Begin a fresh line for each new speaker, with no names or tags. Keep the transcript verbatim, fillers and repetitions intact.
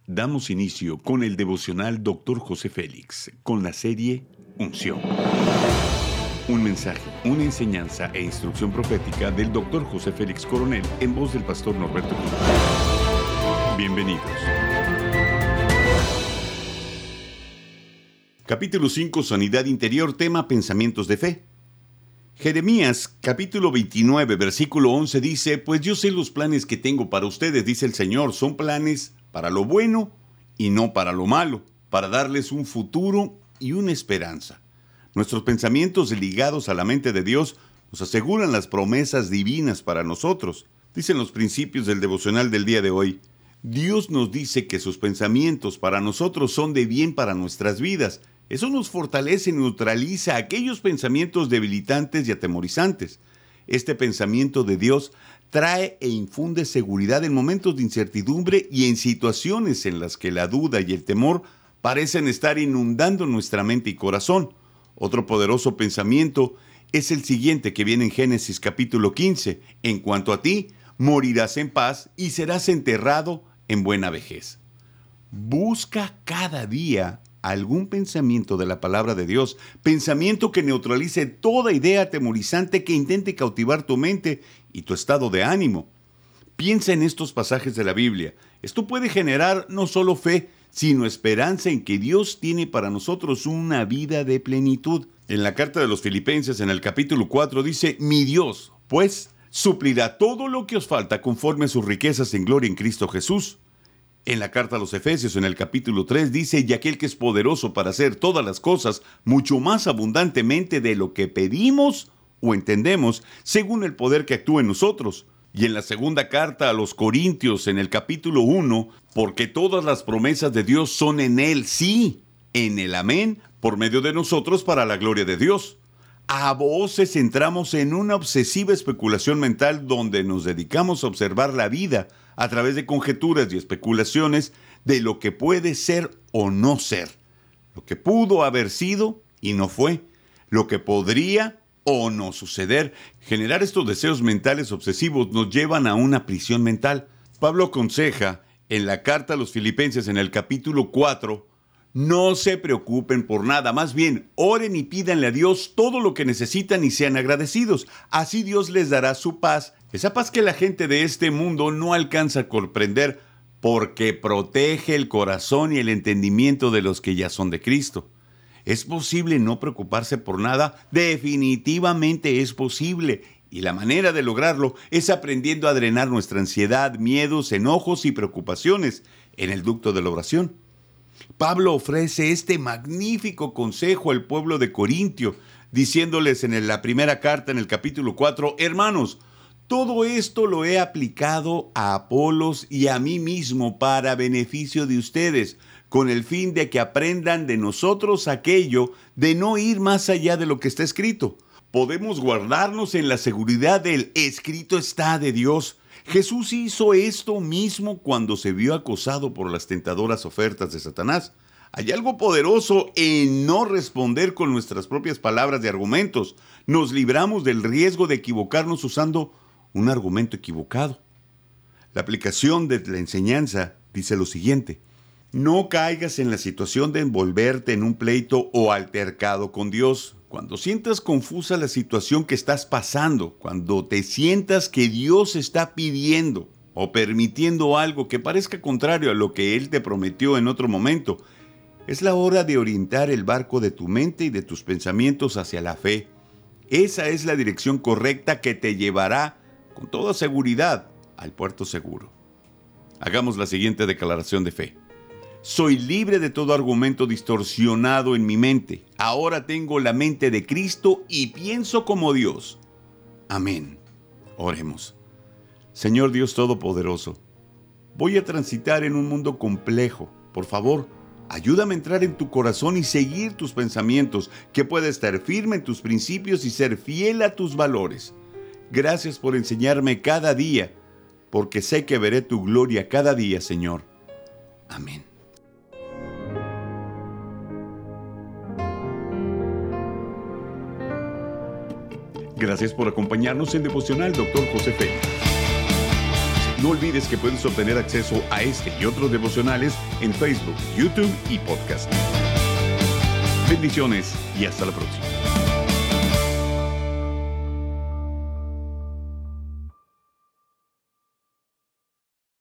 Damos inicio con el devocional doctor José Félix, con la serie Unción. Un mensaje, una enseñanza e instrucción profética del doctor José Félix Coronel en voz del pastor Norberto Cruz. Bienvenidos. Capítulo cinco, Sanidad Interior, tema Pensamientos de Fe. Jeremías, capítulo veintinueve, versículo once dice: Pues yo sé los planes que tengo para ustedes, dice el Señor, son planes para lo bueno y no para lo malo, para darles un futuro y una esperanza. Nuestros pensamientos ligados a la mente de Dios nos aseguran las promesas divinas para nosotros. Dicen los principios del devocional del día de hoy: Dios nos dice que sus pensamientos para nosotros son de bien para nuestras vidas. Eso nos fortalece y neutraliza aquellos pensamientos debilitantes y atemorizantes. Este pensamiento de Dios trae e infunde seguridad en momentos de incertidumbre y en situaciones en las que la duda y el temor parecen estar inundando nuestra mente y corazón. Otro poderoso pensamiento es el siguiente que viene en Génesis capítulo quince. En cuanto a ti, morirás en paz y serás enterrado en buena vejez. Busca cada día algún pensamiento de la palabra de Dios, pensamiento que neutralice toda idea atemorizante que intente cautivar tu mente y tu estado de ánimo. Piensa en estos pasajes de la Biblia. Esto puede generar no solo fe, sino esperanza en que Dios tiene para nosotros una vida de plenitud. En la carta de los Filipenses, en el capítulo cuatro, dice: Mi Dios, pues, suplirá todo lo que os falta conforme a sus riquezas en gloria en Cristo Jesús. En la carta a los Efesios, en el capítulo tres, dice: Y aquel que es poderoso para hacer todas las cosas mucho más abundantemente de lo que pedimos o entendemos, según el poder que actúa en nosotros. Y en la segunda carta a los Corintios, en el capítulo uno, porque todas las promesas de Dios son en Él, sí, en el amén, por medio de nosotros para la gloria de Dios. A voces entramos en una obsesiva especulación mental donde nos dedicamos a observar la vida a través de conjeturas y especulaciones de lo que puede ser o no ser, lo que pudo haber sido y no fue, lo que podría o no suceder. Generar estos deseos mentales obsesivos nos llevan a una prisión mental. Pablo aconseja en la carta a los Filipenses, en el capítulo cuatro, no se preocupen por nada, más bien oren y pídanle a Dios todo lo que necesitan y sean agradecidos. Así Dios les dará su paz, esa paz que la gente de este mundo no alcanza a comprender, porque protege el corazón y el entendimiento de los que ya son de Cristo. ¿Es posible no preocuparse por nada? Definitivamente es posible. Y la manera de lograrlo es aprendiendo a drenar nuestra ansiedad, miedos, enojos y preocupaciones en el ducto de la oración. Pablo ofrece este magnífico consejo al pueblo de Corintio, diciéndoles en la primera carta, en el capítulo cuatro: Hermanos, todo esto lo he aplicado a Apolos y a mí mismo para beneficio de ustedes, con el fin de que aprendan de nosotros aquello de no ir más allá de lo que está escrito. Podemos guardarnos en la seguridad del escrito está de Dios. Jesús hizo esto mismo cuando se vio acosado por las tentadoras ofertas de Satanás. Hay algo poderoso en no responder con nuestras propias palabras y argumentos. Nos libramos del riesgo de equivocarnos usando un argumento equivocado. La aplicación de la enseñanza dice lo siguiente: no caigas en la situación de envolverte en un pleito o altercado con Dios. Cuando sientas confusa la situación que estás pasando, cuando te sientas que Dios está pidiendo o permitiendo algo que parezca contrario a lo que Él te prometió en otro momento, es la hora de orientar el barco de tu mente y de tus pensamientos hacia la fe. Esa es la dirección correcta que te llevará con toda seguridad al puerto seguro. Hagamos la siguiente declaración de fe. Soy libre de todo argumento distorsionado en mi mente. Ahora tengo la mente de Cristo y pienso como Dios. Amén. Oremos. Señor Dios Todopoderoso, voy a transitar en un mundo complejo. Por favor, ayúdame a entrar en tu corazón y seguir tus pensamientos, que pueda estar firme en tus principios y ser fiel a tus valores. Gracias por enseñarme cada día, porque sé que veré tu gloria cada día, Señor. Amén. Gracias por acompañarnos en Devocional doctor José Félix. No olvides que puedes obtener acceso a este y otros devocionales en Facebook, YouTube y podcast. Bendiciones y hasta la próxima.